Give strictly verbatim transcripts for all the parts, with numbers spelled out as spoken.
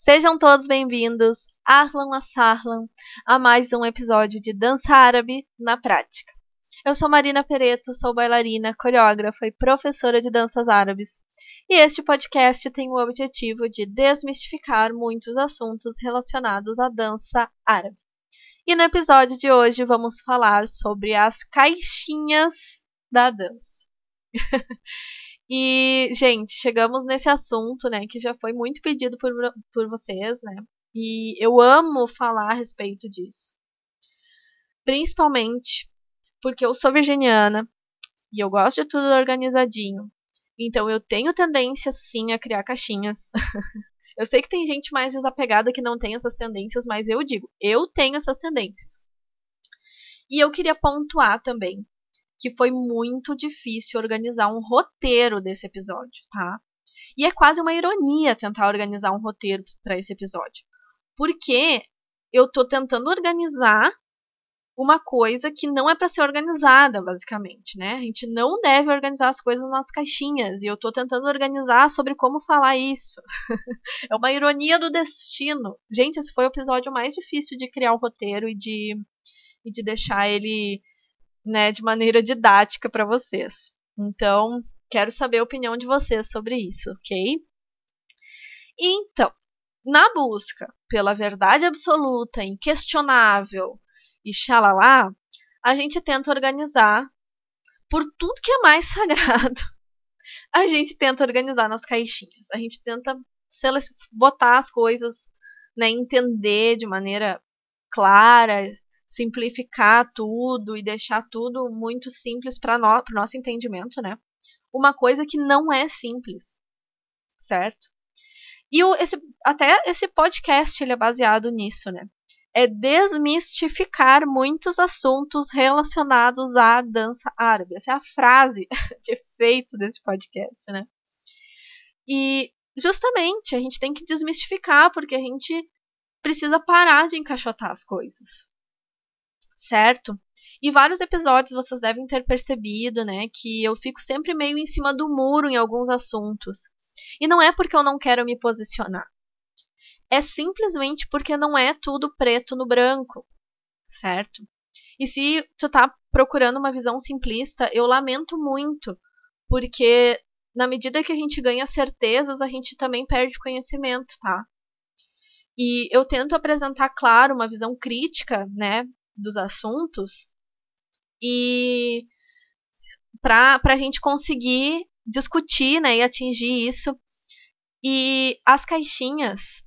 Sejam todos bem-vindos, Ahlan wa Sahlan, a mais um episódio de Dança Árabe na Prática. Eu sou Marina Pereto, sou bailarina, coreógrafa e professora de danças árabes. E este podcast tem o objetivo de desmistificar muitos assuntos relacionados à dança árabe. E no episódio de hoje vamos falar sobre as caixinhas da dança. E, gente, chegamos nesse assunto, né, que já foi muito pedido por, por vocês, né, e eu amo falar a respeito disso. Principalmente porque eu sou virginiana e eu gosto de tudo organizadinho. Então eu tenho tendência, sim, a criar caixinhas. Eu sei que tem gente mais desapegada que não tem essas tendências, mas eu digo, eu tenho essas tendências. E eu queria pontuar também que foi muito difícil organizar um roteiro desse episódio, tá? E é quase uma ironia tentar organizar um roteiro para esse episódio. Porque eu tô tentando organizar uma coisa que não é para ser organizada, basicamente, né? A gente não deve organizar as coisas nas caixinhas. E eu tô tentando organizar sobre como falar isso. É uma ironia do destino. Gente, esse foi o episódio mais difícil de criar o roteiro e de, e de deixar ele, né, de maneira didática para vocês. Então, quero saber a opinião de vocês sobre isso, ok? Então, na busca pela verdade absoluta, inquestionável e xalala, a gente tenta organizar por tudo que é mais sagrado. A gente tenta organizar nas caixinhas. A gente tenta botar as coisas, né, entender de maneira clara, simplificar tudo e deixar tudo muito simples para no, o nosso entendimento, né? Uma coisa que não é simples, certo? E o, esse, até esse podcast ele é baseado nisso, né? É desmistificar muitos assuntos relacionados à dança árabe. Essa é a frase de efeito desse podcast, né? E justamente a gente tem que desmistificar porque a gente precisa parar de encaixotar as coisas. Certo? E vários episódios vocês devem ter percebido, né, que eu fico sempre meio em cima do muro em alguns assuntos. E não é porque eu não quero me posicionar. É simplesmente porque não é tudo preto no branco, certo? E se tu tá procurando uma visão simplista, eu lamento muito, porque na medida que a gente ganha certezas, a gente também perde conhecimento, tá? E eu tento apresentar, claro, uma visão crítica, né, dos assuntos e para a gente conseguir discutir, né, e atingir isso. E as caixinhas,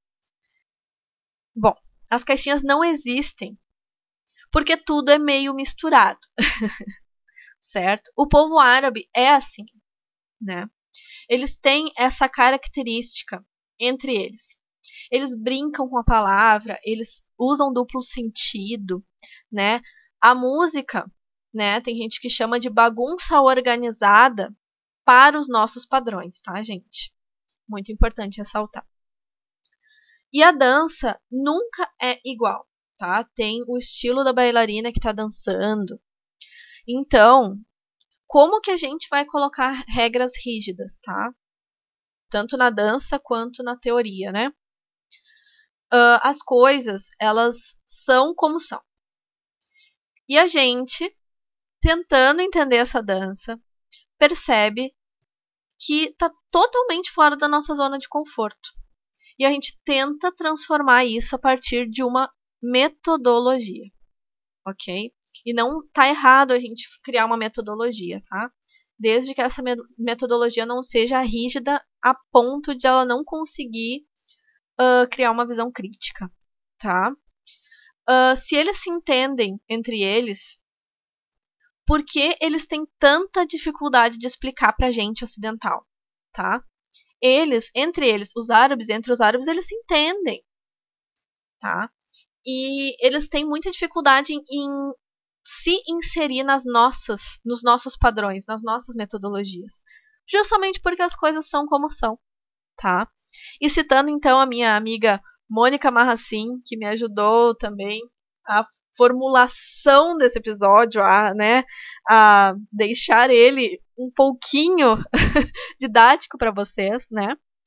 bom, as caixinhas não existem porque tudo é meio misturado, certo? O povo árabe é assim, né? Eles têm essa característica entre eles. Eles brincam com a palavra, eles usam duplo sentido, né? A música, né? Tem gente que chama de bagunça organizada para os nossos padrões, tá, gente? Muito importante ressaltar. E a dança nunca é igual, tá? Tem o estilo da bailarina que está dançando. Então, como que a gente vai colocar regras rígidas, tá? Tanto na dança quanto na teoria, né? Uh, as coisas, elas são como são. E a gente, tentando entender essa dança, percebe que está totalmente fora da nossa zona de conforto. E a gente tenta transformar isso a partir de uma metodologia, ok? E não está errado a gente criar uma metodologia, tá? Desde que essa metodologia não seja rígida a ponto de ela não conseguir Uh, criar uma visão crítica, tá? Uh, se eles se entendem entre eles, por que eles têm tanta dificuldade de explicar pra gente ocidental, tá? Eles, entre eles, os árabes, entre os árabes, eles se entendem, tá? E eles têm muita dificuldade em, em se inserir nas nossas, nos nossos padrões, nas nossas metodologias, justamente porque as coisas são como são, tá? E citando então a minha amiga Mônica Marracin, que me ajudou também a formulação desse episódio, a, né, a deixar ele um pouquinho didático para vocês, né?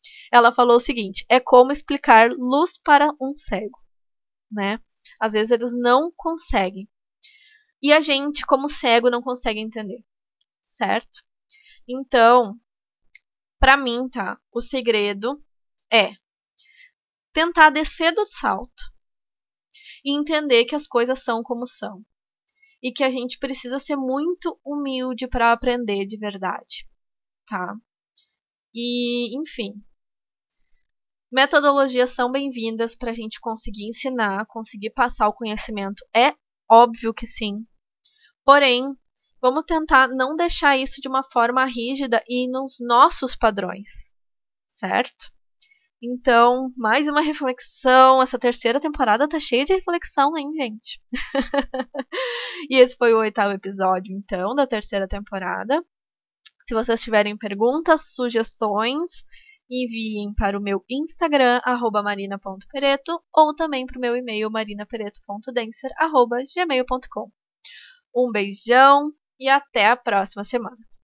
ela falou o seguinte: é como explicar luz para um cego, né? Às vezes eles não conseguem. E a gente, como cego, não consegue entender, certo? Então, pra mim, tá? O segredo é tentar descer do salto e entender que as coisas são como são. E que a gente precisa ser muito humilde para aprender de verdade, tá? E, enfim, metodologias são bem-vindas para a gente conseguir ensinar, conseguir passar o conhecimento. É óbvio que sim. Porém, vamos tentar não deixar isso de uma forma rígida e nos nossos padrões, certo? Então, mais uma reflexão. Essa terceira temporada tá cheia de reflexão, hein, gente? E esse foi o oitavo episódio, então, da terceira temporada. Se vocês tiverem perguntas, sugestões, enviem para o meu Instagram, arroba marina ponto pereto, ou também para o meu e-mail, marinapereto ponto dancer, arroba gmail ponto com. Um beijão e até a próxima semana.